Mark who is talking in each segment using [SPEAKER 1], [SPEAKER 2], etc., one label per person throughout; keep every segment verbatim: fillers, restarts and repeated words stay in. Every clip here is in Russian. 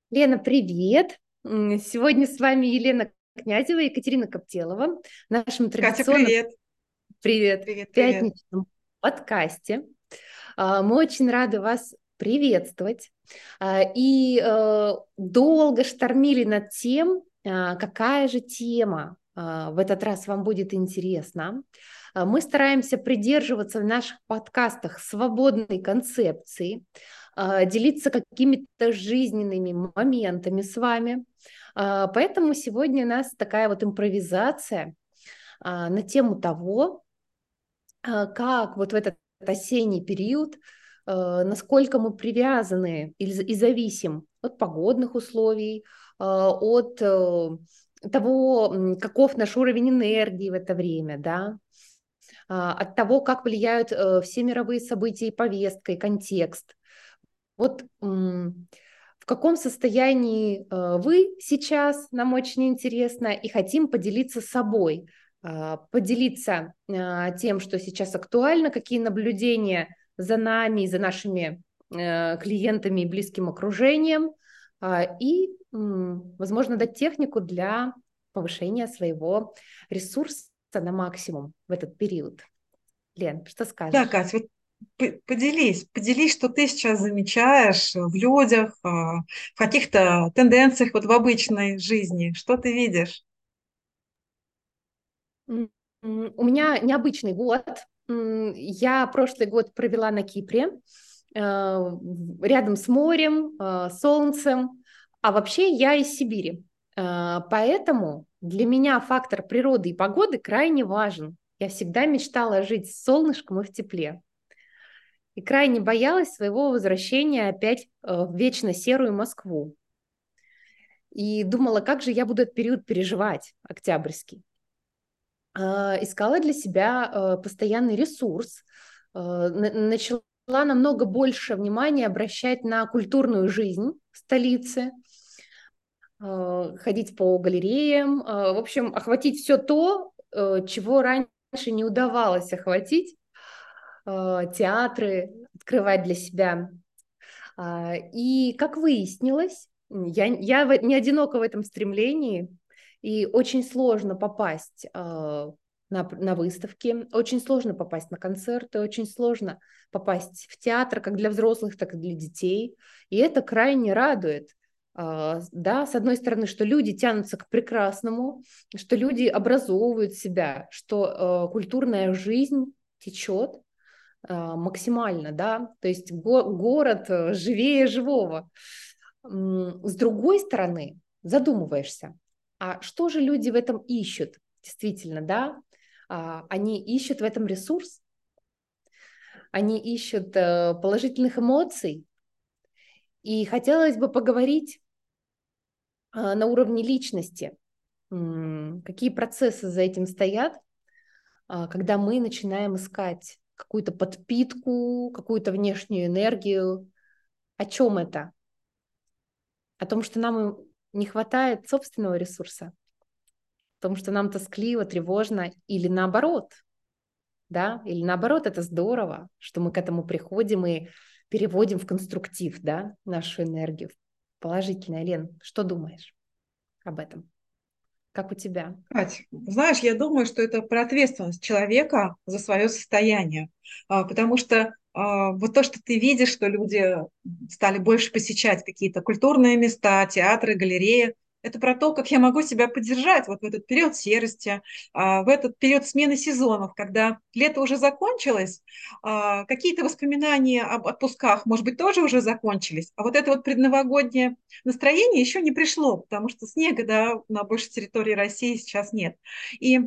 [SPEAKER 1] Лена, привет! М, Сегодня с вами Елена Князева и Екатерина Коптелова в нашем
[SPEAKER 2] Катя,
[SPEAKER 1] традиционном
[SPEAKER 2] привет.
[SPEAKER 1] «Привет»
[SPEAKER 2] Привет, привет.
[SPEAKER 1] пятничном подкасте. А, Мы очень рады вас приветствовать. А, И э, долго штормили над тем, а, какая же тема а, в этот раз вам будет интересна. А, Мы стараемся придерживаться в наших подкастах свободной концепции, а, делиться какими-то жизненными моментами с вами. А, Поэтому сегодня у нас такая вот импровизация а, на тему того, а, как вот в этот осенний период, э, насколько мы привязаны и, и зависим от погодных условий, э, от э, того, м, каков наш уровень энергии в это время, да, а, от того, как влияют э, все мировые события и повестка, и контекст. Вот м, в каком состоянии э, вы сейчас, нам очень интересно, и хотим поделиться собой, а, поделиться а, тем, что сейчас актуально, какие наблюдения за нами и за нашими э, клиентами и близким окружением, а, и, м, возможно, дать технику для повышения своего ресурса на максимум в этот период. Лен, что
[SPEAKER 2] Да,
[SPEAKER 1] скажешь?
[SPEAKER 2] Катя, вот п- поделись, поделись, что ты сейчас замечаешь в людях, а, в каких-то тенденциях вот в обычной жизни. Что ты видишь?
[SPEAKER 1] М, м, У меня необычный год. М, Я прошлый год провела на Кипре, э, в- рядом с морем, э, солнцем. А вообще я из Сибири. Э, Поэтому для меня фактор природы и погоды крайне важен. Я всегда мечтала жить с солнышком и в тепле. И крайне боялась своего возвращения опять э, в вечно серую Москву. И думала, как же я буду этот период переживать, октябрьский. А, искала для себя э, постоянный ресурс, э, на- начала намного больше внимания обращать на культурную жизнь столицы, э, ходить по галереям, э, в общем, охватить все то, э, чего раньше не удавалось охватить, э, театры открывать для себя. А, И, как выяснилось, я, я в- не одинока в этом стремлении, и очень сложно попасть а, на, на выставки, очень сложно попасть на концерты, очень сложно попасть в театр, как для взрослых, так и для детей. И это крайне радует. А, Да, с одной стороны, что люди тянутся к прекрасному, что люди образовывают себя, что э, культурная жизнь течет, а, максимально, да, то есть го- город э, живее живого. М, С другой стороны, задумываешься, а что же люди в этом ищут? Действительно, да, А, они ищут в этом ресурс, они ищут э, положительных эмоций, и хотелось бы поговорить а, на уровне личности, М, какие процессы за этим стоят, а, когда мы начинаем искать какую-то подпитку, какую-то внешнюю энергию. О чем это? О том, что нам не хватает собственного ресурса, о том, что нам тоскливо, тревожно, или наоборот, да, или наоборот, это здорово, что мы к этому приходим и переводим в конструктив, да, нашу энергию, положительное. Лен, что думаешь об этом? Как у тебя?
[SPEAKER 2] Кать, знаешь, я думаю, что это про ответственность человека за свое состояние. А, потому что а, вот то, что ты видишь, что люди стали больше посещать какие-то культурные места, театры, галереи, это про то, как я могу себя поддержать вот в этот период серости, а, в этот период смены сезонов, когда лето уже закончилось, а, какие-то воспоминания об отпусках, может быть, тоже уже закончились, а вот это вот предновогоднее настроение еще не пришло, потому что снега, да, на большей территории России сейчас нет. И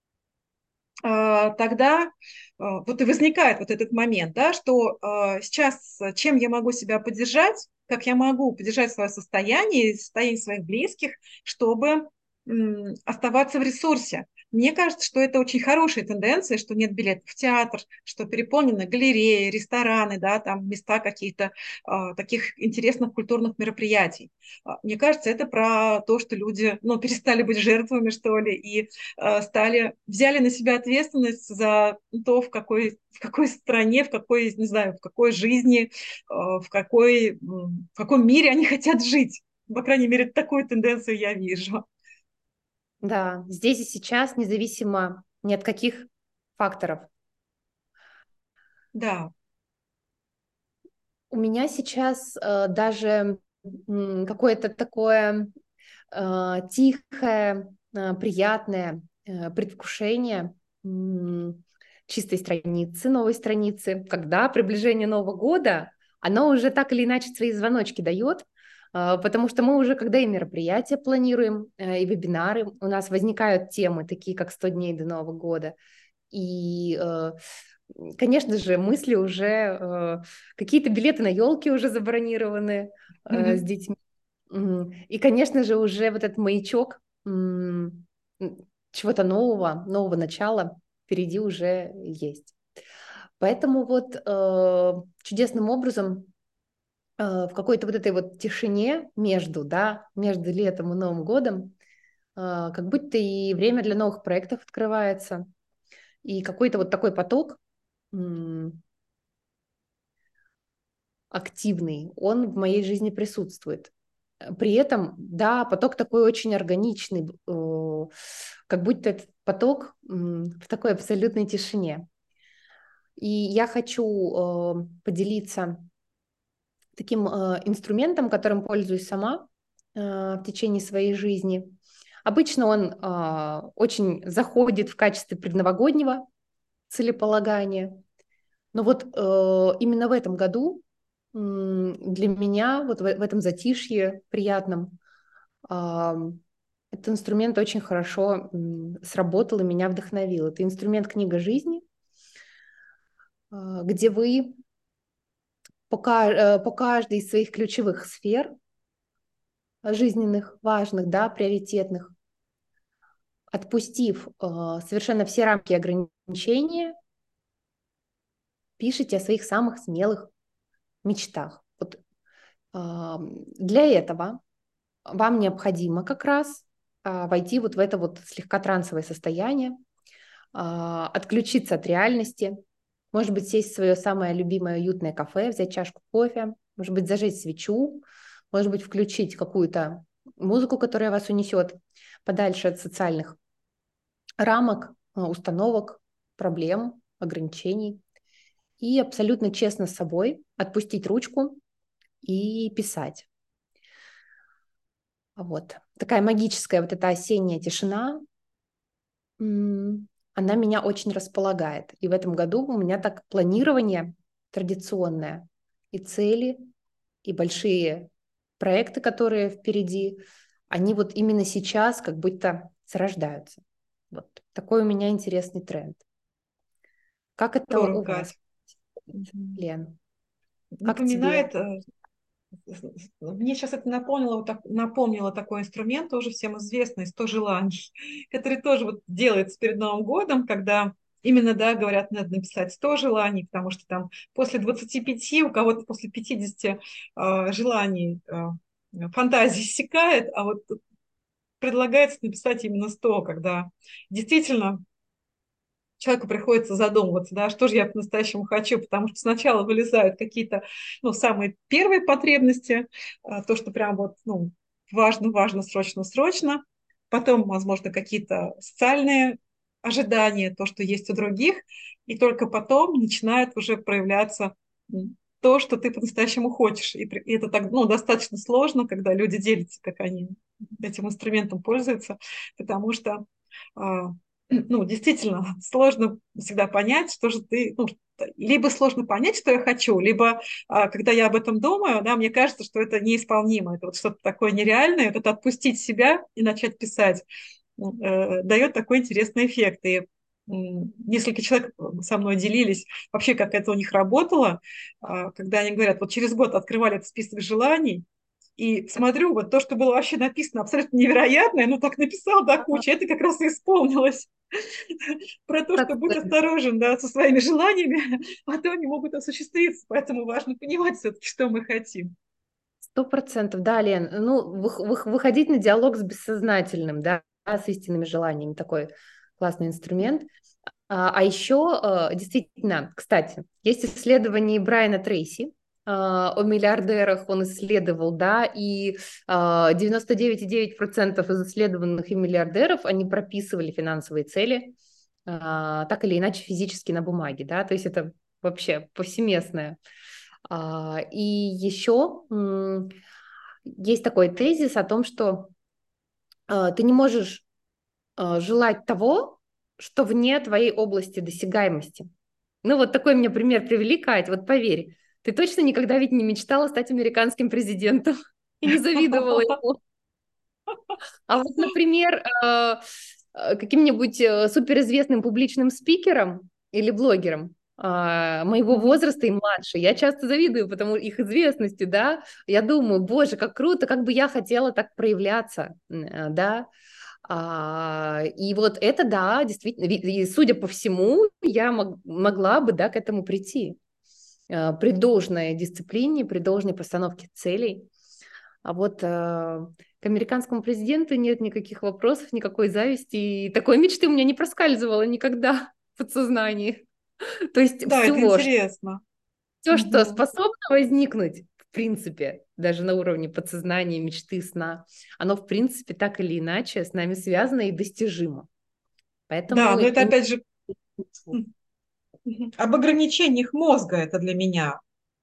[SPEAKER 2] э, тогда э, вот и возникает вот этот момент, да, что э, сейчас э, чем я могу себя поддержать, как я могу поддержать свое состояние, состояние своих близких, чтобы м, оставаться в ресурсе. Мне кажется, что это очень хорошая тенденция, что нет билетов в театр, что переполнены галереи, рестораны, да, там места какие-то э, таких интересных культурных мероприятий. А, Мне кажется, это про то, что люди, ну, перестали быть жертвами, что ли, и э, стали, взяли на себя ответственность за то, в какой, в какой стране, в какой, не знаю, в какой жизни, э, в какой, м, в каком мире они хотят жить. По крайней мере, такую тенденцию я вижу.
[SPEAKER 1] Да, здесь и сейчас, независимо ни от каких факторов.
[SPEAKER 2] Да.
[SPEAKER 1] У меня сейчас э, даже м, какое-то такое э, тихое, э, приятное э, предвкушение м, чистой страницы, новой страницы, когда приближение Нового года, оно уже так или иначе свои звоночки дает, э, потому что мы уже, когда и мероприятия планируем, э, и вебинары, у нас возникают темы, такие как сто дней до Нового года, и э, конечно же, мысли уже, э, какие-то билеты на елки уже забронированы э, с детьми. Мгм. И, конечно же, уже вот этот маячок м, м, чего-то нового, нового начала впереди уже есть. Поэтому вот э, чудесным образом э, в какой-то вот этой вот тишине между, да, между летом и Новым годом, э, как будто и время для новых проектов открывается, и какой-то вот такой поток м, активный, он в моей жизни присутствует. Э, При этом, да, поток такой очень органичный, э, как будто этот поток м, в такой абсолютной тишине. И я хочу э, поделиться таким э, инструментом, которым пользуюсь сама э, в течение своей жизни. Обычно он э, очень заходит в качестве предновогоднего целеполагания, но вот э, именно в этом году м, для меня, вот в, в этом затишье приятном, а, этот инструмент очень хорошо м, сработал и меня вдохновил. Это инструмент «Книга жизни», а, где вы по, ка- э, по каждой из своих ключевых сфер жизненных, важных, да, приоритетных, отпустив а, совершенно все рамки и ограничения, пишите о своих самых смелых мечтах. Вот, а, для этого вам необходимо как раз а, войти вот в это вот слегка трансовое состояние, а, отключиться от реальности, может быть, сесть в свое самое любимое уютное кафе, взять чашку кофе, может быть, зажечь свечу, может быть, включить какую-то музыку, которая вас унесет подальше от социальных рамок, а, установок, проблем, ограничений, и абсолютно честно с собой отпустить ручку и писать. Вот. Такая магическая вот эта осенняя тишина, м, она меня очень располагает. И в этом году у меня так планирование традиционное, и цели, и большие проекты, которые впереди, они вот именно сейчас как будто зарождаются. Вот такой у меня интересный тренд. Как это
[SPEAKER 2] Здорово,
[SPEAKER 1] у вас,
[SPEAKER 2] Кать. Мгм.
[SPEAKER 1] Лен? Как тебе?
[SPEAKER 2] Напоминает, э, мне сейчас это напомнило, вот так, напомнило такой инструмент, тоже всем известный, сто желаний, который тоже вот делается перед Новым годом, когда именно, да, говорят, надо написать сто желаний, потому что там после двадцати пяти, у кого-то после пятидесяти э, желаний э, фантазия иссякает, а вот предлагается написать именно сто, когда действительно человеку приходится задумываться, да, что же я по-настоящему хочу, потому что сначала вылезают какие-то, ну, самые первые потребности, а, то, что прям вот, ну, важно, важно, срочно, срочно, потом, возможно, какие-то социальные ожидания, то, что есть у других, и только потом начинает уже проявляться то, что ты по-настоящему хочешь. И это так, ну, достаточно сложно, когда люди делятся, как они этим инструментом пользуются, потому что а, ну, действительно, сложно всегда понять, что же ты, ну, либо сложно понять, что я хочу, либо, а, когда я об этом думаю, да, мне кажется, что это неисполнимо, это вот что-то такое нереальное, вот это отпустить себя и начать писать, э, дает такой интересный эффект. И м, несколько человек со мной делились вообще, как это у них работало, а, когда они говорят, вот через год открывали этот список желаний, и смотрю, вот то, что было вообще написано абсолютно невероятное, ну так написал до кучи, это как раз и исполнилось. Про то, что будь осторожен, да, со своими желаниями, а то они могут осуществиться. Поэтому важно понимать все-таки, что мы хотим.
[SPEAKER 1] Сто процентов, да, Лен. Ну, вы- вы- выходить на диалог с бессознательным, да, с истинными желаниями, такой классный инструмент. А, а еще, э, действительно, кстати, есть исследование Брайана Трейси, о миллиардерах он исследовал, да, и а, девяносто девять и девять десятых процента из исследованных им миллиардеров, они прописывали финансовые цели, а, так или иначе физически на бумаге, да, то есть это вообще повсеместное. А, И еще м, есть такой тезис о том, что а, ты не можешь а, желать того, что вне твоей области досягаемости. Ну, вот такой мне пример привели, Кать, вот поверь, ты точно никогда ведь не мечтала стать американским президентом и не завидовала ему. А вот, например, э, э, каким-нибудь э, суперизвестным публичным спикером или блогером а, моего
[SPEAKER 2] Мгм.
[SPEAKER 1] возраста и младше, я часто завидую, потому их известности, да, я думаю, боже, как круто, как бы я хотела так проявляться, м, э, да, а, и вот это, да, действительно, и, и судя по всему, я мог- могла бы, да, к этому прийти э, при должной дисциплине, при должной постановке целей. А вот э, к американскому президенту нет никаких вопросов, никакой зависти. И такой мечты у меня не проскальзывало никогда в подсознании. То есть
[SPEAKER 2] Да, это
[SPEAKER 1] все,
[SPEAKER 2] интересно.
[SPEAKER 1] все, что
[SPEAKER 2] Мгм.
[SPEAKER 1] способно возникнуть, в принципе, даже на уровне подсознания, мечты, сна, оно, в принципе, так или иначе с нами связано и достижимо.
[SPEAKER 2] Да,
[SPEAKER 1] Поэтому
[SPEAKER 2] но это
[SPEAKER 1] и не
[SPEAKER 2] опять же м, мгм, об ограничениях мозга это для меня.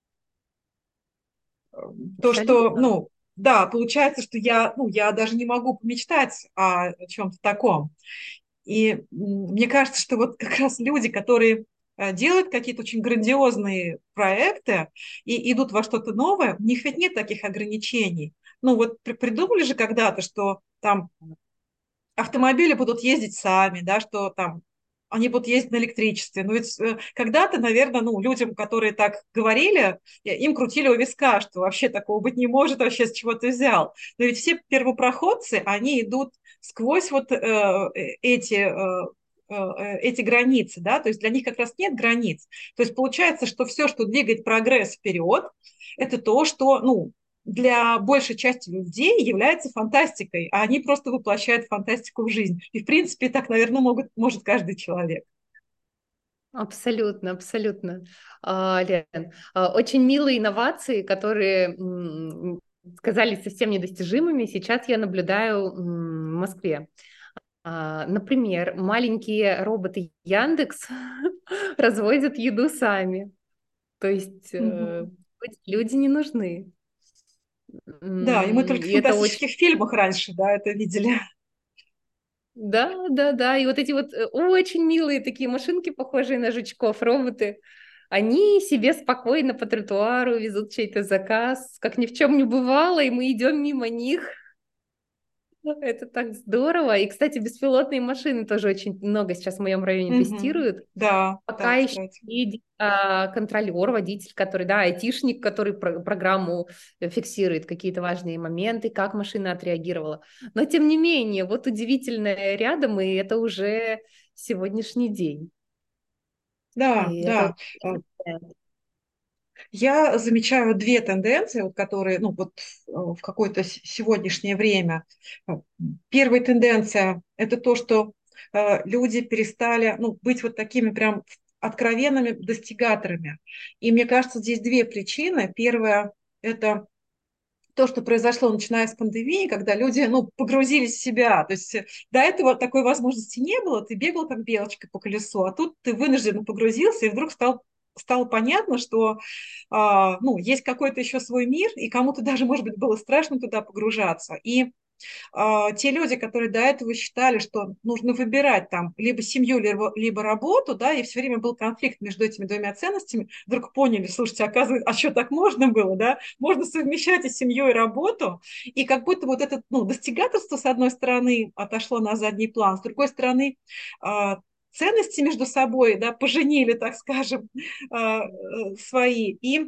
[SPEAKER 2] То, что,
[SPEAKER 1] абсолютно.
[SPEAKER 2] ну, да, получается, что я, ну, я даже не могу помечтать о чем-то таком. И м, мне кажется, что вот как раз люди, которые э, делают какие-то очень грандиозные проекты и идут во что-то новое, у них ведь нет таких ограничений. Ну вот при- придумали же когда-то, что там автомобили будут ездить сами, да, что там они будут ездить на электричестве. Но ведь э, когда-то, наверное, ну, людям, которые так говорили, э, им крутили у виска, что вообще такого быть не может, вообще с чего ты взял. Но ведь все первопроходцы, они идут сквозь вот э, э, эти э, э, эти границы, да, то есть для них как раз нет границ. То есть получается, что все, что двигает прогресс вперед, это то, что, ну, для большей части людей является фантастикой, а они просто воплощают фантастику в жизнь. И, в принципе, так, наверное, могут, может каждый человек.
[SPEAKER 1] Абсолютно, абсолютно, А, Лен. А, Очень милые инновации, которые м, казались совсем недостижимыми, сейчас я наблюдаю м, в Москве. А, Например, маленькие роботы Яндекс развозят еду сами. То есть э,
[SPEAKER 2] Мгм.
[SPEAKER 1] люди не нужны.
[SPEAKER 2] Да, и мы
[SPEAKER 1] М,
[SPEAKER 2] только в
[SPEAKER 1] И это очень...
[SPEAKER 2] фантастических фильмах раньше, да, это видели.
[SPEAKER 1] Да, да, да. И вот эти вот э, очень милые такие машинки, похожие на жучков, роботы, они себе спокойно по тротуару везут чей-то заказ, как ни в чем не бывало, и мы идем мимо них. Это так здорово. И, кстати, беспилотные машины тоже очень много сейчас в моем районе
[SPEAKER 2] Мгм.
[SPEAKER 1] тестируют.
[SPEAKER 2] Да,
[SPEAKER 1] Пока
[SPEAKER 2] да,
[SPEAKER 1] еще
[SPEAKER 2] кстати.
[SPEAKER 1] едет а, контролер, водитель, который, да, айтишник, который про- программу э, фиксирует какие-то важные моменты, как машина отреагировала. Но, тем не менее, вот удивительное рядом, и это уже сегодняшний день.
[SPEAKER 2] Да,
[SPEAKER 1] И это
[SPEAKER 2] да.
[SPEAKER 1] очень
[SPEAKER 2] Э,
[SPEAKER 1] впечатляет.
[SPEAKER 2] Я замечаю две тенденции, вот, которые, ну, вот э, в какое-то с- сегодняшнее время. Э, Первая тенденция – это то, что э, люди перестали, ну, быть вот такими прям откровенными достигаторами. И мне кажется, здесь две причины. Первая – это то, что произошло, начиная с пандемии, когда люди, ну, погрузились в себя. То есть э, до этого такой возможности не было, ты бегал как белочка по колесу, а тут ты вынужденно погрузился, и вдруг стал, стало понятно, что а, ну, есть какой-то еще свой мир, и кому-то даже, может быть, было страшно туда погружаться. И а, те люди, которые до этого считали, что нужно выбирать там либо семью, либо, либо работу, да, и все время был конфликт между этими двумя ценностями, вдруг поняли, слушайте, оказывается, а что так можно было, да? Можно совмещать и семью, и работу, и как будто вот это, ну, достигаторство, с одной стороны, отошло на задний план, с другой стороны, а, ценности между собой, да, поженили, так скажем, а, э, свои, и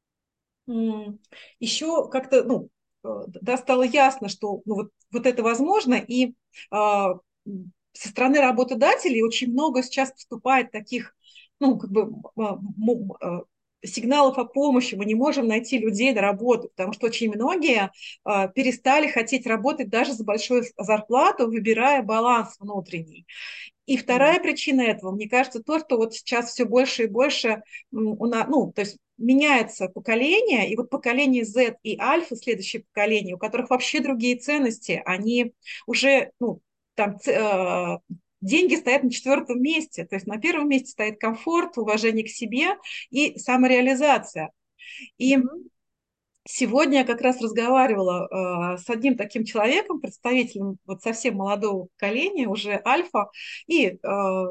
[SPEAKER 2] еще как-то, ну, э, да, стало ясно, что ну, вот, вот это возможно, и а, м, со стороны работодателей очень много сейчас поступает таких, ну, как бы а, м- а, сигналов о помощи, мы не можем найти людей на работу, потому что очень многие а, перестали хотеть работать даже за большую зарплату, выбирая баланс внутренний. И
[SPEAKER 1] М,
[SPEAKER 2] вторая причина этого, мне кажется, то, что вот сейчас все больше и больше м, у нас, ну, то есть меняется поколение, и вот поколение Z и Альфа, следующее поколение, у которых вообще другие ценности, они уже, ну, там, э, деньги стоят на четвертом месте, то есть на первом месте стоит комфорт, уважение к себе и самореализация. И
[SPEAKER 1] Мгм.
[SPEAKER 2] сегодня я как раз разговаривала э, с одним таким человеком, представителем вот совсем молодого поколения, уже альфа, и э,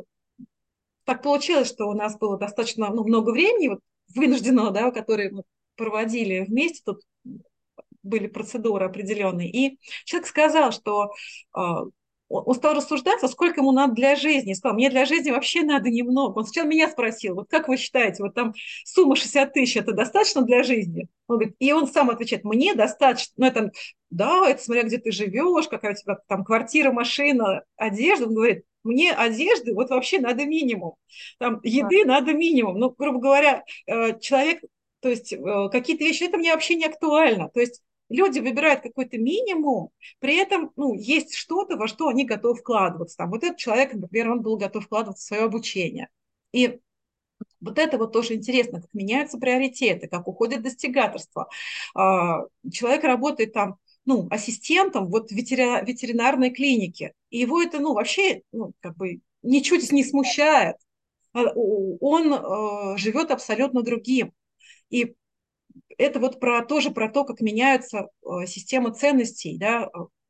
[SPEAKER 2] так получилось, что у нас было достаточно ну, много времени, вот, вынужденного, да, которые мы проводили вместе, тут были процедуры определенные. И человек сказал, что э, он он стал рассуждать, а сколько ему надо для жизни. И сказал, мне для жизни вообще надо немного. Он сначала меня спросил, вот как вы считаете, вот там сумма шестьдесят тысяч, это достаточно для жизни? Он говорит, и он сам отвечает, мне достаточно. Ну, это, да, это смотря где ты живешь, какая у тебя там квартира, машина, одежда. Он говорит, мне одежды вот вообще надо минимум. Там
[SPEAKER 1] А,
[SPEAKER 2] еды надо минимум. Ну, грубо говоря, э, человек, то есть э, какие-то вещи, это мне вообще не актуально. То есть люди выбирают какой-то минимум, при этом ну, есть что-то, во что они готовы вкладываться. Там, вот этот человек, например, он был готов вкладываться в свое обучение. И вот это вот тоже интересно, как меняются приоритеты, как уходит достигаторство. А, человек работает там ну, ассистентом вот в ветери- ветеринарной клинике, и его это ну, вообще ну, как бы ничуть не смущает. А, он э, живет абсолютно другим. И это вот про, тоже про то, как меняются э, системы ценностей да,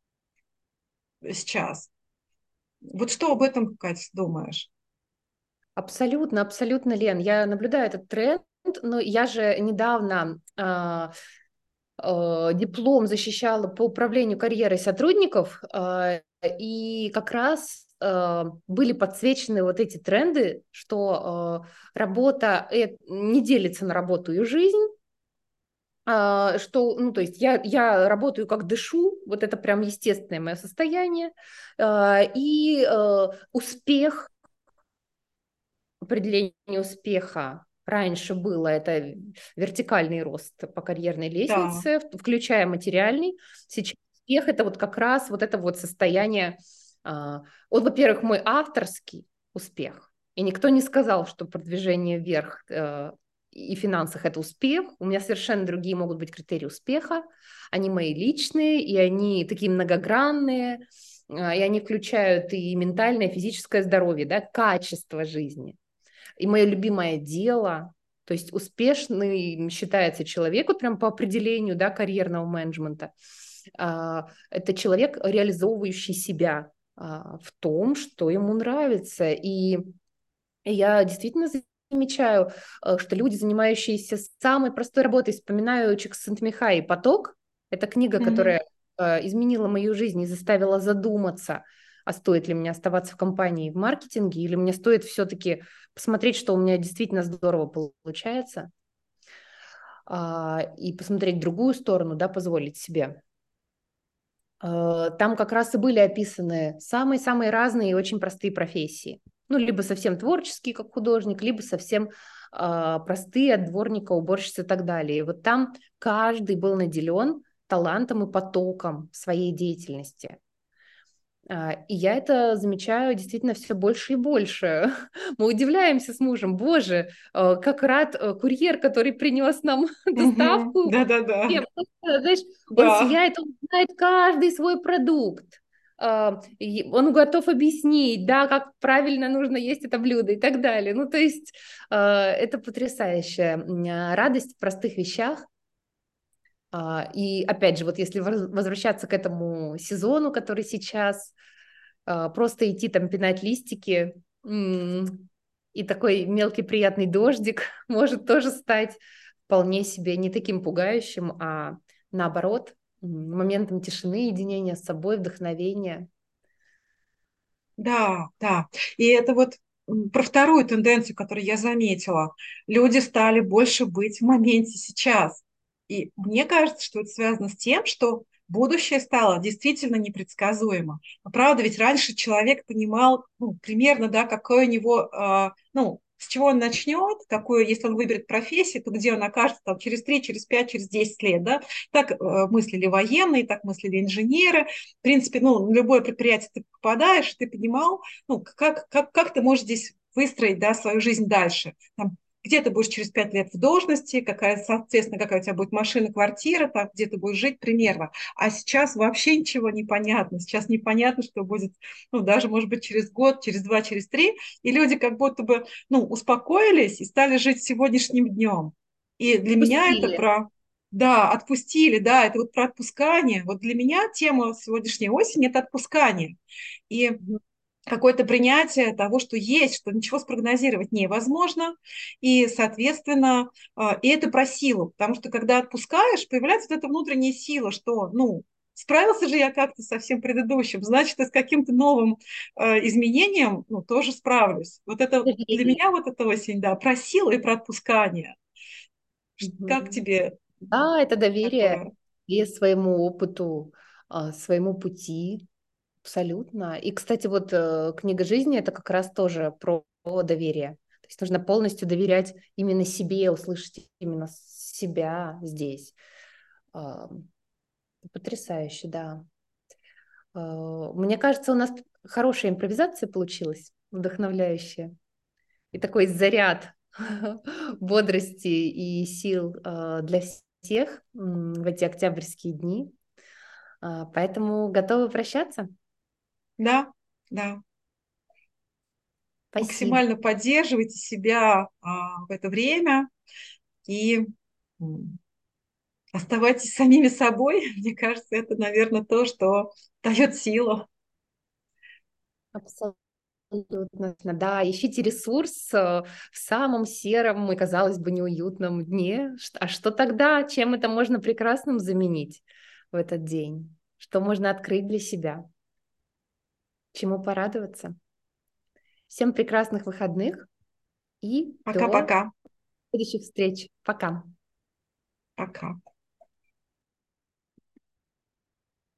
[SPEAKER 2] э, сейчас. Вот что об этом, Катя, думаешь?
[SPEAKER 1] абсолютно, абсолютно, Лен. Я наблюдаю этот тренд, но я же недавно а, э, диплом защищала по управлению карьерой сотрудников, э, и как раз э, были подсвечены вот эти тренды, что э, работа э, не делится на работу и жизнь, а, что, ну, то есть я, я работаю как дышу, вот это прям естественное мое состояние, а, и э, успех, определение успеха раньше было это вертикальный рост по карьерной
[SPEAKER 2] Да,
[SPEAKER 1] лестнице, включая материальный. Сейчас успех это вот как раз вот это вот состояние. а, Вот, во-первых, мой авторский успех. И никто не сказал, что продвижение вверх э, и финансах это успех. У меня совершенно другие могут быть критерии успеха. Они мои личные, и они такие многогранные, а, и они включают и ментальное, и физическое здоровье, да, качество жизни. И мое любимое дело, то есть успешный считается человек, вот прям по определению, да, карьерного менеджмента, а, это человек, реализовывающий себя а, в том, что ему нравится. И я действительно замечаю, э, что люди, занимающиеся самой простой работой, вспоминаю Чиксентмихай «Поток», это книга,
[SPEAKER 2] мгм.
[SPEAKER 1] которая э, изменила мою жизнь и заставила задуматься, а стоит ли мне оставаться в компании в маркетинге, или мне стоит все-таки посмотреть, что у меня действительно здорово получается, а, и посмотреть другую сторону, да, позволить себе. Э, Там как раз и были описаны самые-самые разные и очень простые профессии. Ну, либо совсем творческие, как художник, либо совсем а, простые от дворника, уборщицы и так далее. И вот там каждый был наделен талантом и потоком своей деятельности. А, И я это замечаю действительно все больше и больше. Мы удивляемся с мужем, боже, э, как рад э, курьер, который принес нам
[SPEAKER 2] Мгм.
[SPEAKER 1] доставку.
[SPEAKER 2] Да-да-да.
[SPEAKER 1] И просто, знаешь, он
[SPEAKER 2] Да.
[SPEAKER 1] сияет, он знает каждый свой продукт. А, и Он готов объяснить, да, как правильно нужно есть это блюдо и так далее. Ну, то есть э, это потрясающая м, а, радость в простых вещах. А, И опять же, вот если воз- возвращаться к этому сезону, который сейчас, а, просто идти там пинать листики, м, и такой мелкий приятный дождик может тоже стать вполне себе не таким пугающим, а наоборот, м, моментом тишины, единения с собой, вдохновения.
[SPEAKER 2] Да, да. И это вот м, про вторую тенденцию, которую я заметила. Люди стали больше быть в моменте сейчас. И мне кажется, что это связано с тем, что будущее стало действительно непредсказуемо. Но правда, ведь раньше человек понимал ну, примерно, да, какой у него, а, ну, с чего он начнет, какую, если он выберет профессию, то где он окажется там, через три, через пять, через десять лет. Да? Так э, мыслили военные, так мыслили инженеры. В принципе, ну, на любое предприятие ты попадаешь, ты понимал, ну, как, как, как ты можешь здесь выстроить, да, свою жизнь дальше. Там, где ты будешь через пять лет в должности, какая, соответственно, какая у тебя будет машина, квартира, так, где ты будешь жить примерно. А сейчас вообще ничего не понятно. Сейчас непонятно, что будет, ну, даже, может быть, через год, через два, через три. И люди как будто бы, ну, успокоились и стали жить сегодняшним днем. И для меня это
[SPEAKER 1] Пустили.
[SPEAKER 2] про... Да, отпустили, да, это вот про отпускание. Вот для меня тема сегодняшней осени – это отпускание. И
[SPEAKER 1] Мгм.
[SPEAKER 2] какое-то принятие того, что есть, что ничего спрогнозировать невозможно, и, соответственно, а, и это про силу, потому что когда отпускаешь, появляется вот эта внутренняя сила, что, ну, справился же я как-то со всем предыдущим, значит, и с каким-то новым э, изменением, ну, тоже справлюсь. Вот это для
[SPEAKER 1] Доверие.
[SPEAKER 2] меня вот эта осень, да, про силу и про отпускание. Ш- Как
[SPEAKER 1] Мгм.
[SPEAKER 2] тебе
[SPEAKER 1] Да, это доверие
[SPEAKER 2] такое?
[SPEAKER 1] и своему опыту, а, своему пути. Абсолютно. И, кстати, вот э, книга жизни это как раз тоже про доверие. То есть нужно полностью доверять именно себе, услышать именно себя здесь. А, Потрясающе, да. А, Мне кажется, у нас хорошая импровизация получилась, вдохновляющая. И такой заряд бодрости и сил а, для всех м, в эти октябрьские дни. А, Поэтому готовы прощаться?
[SPEAKER 2] Да, да.
[SPEAKER 1] Спасибо.
[SPEAKER 2] Максимально поддерживайте себя а, в это время и м, оставайтесь самими собой. Мне кажется, это, наверное, то, что дает силу.
[SPEAKER 1] Абсолютно. Да, ищите ресурс э, в самом сером и, казалось бы, неуютном дне. Ш- А что тогда? Чем это можно прекрасным заменить в этот день? Что можно открыть для себя? Чему порадоваться? Всем прекрасных выходных и до
[SPEAKER 2] Пока-пока.
[SPEAKER 1] следующих встреч. Пока.
[SPEAKER 2] Пока.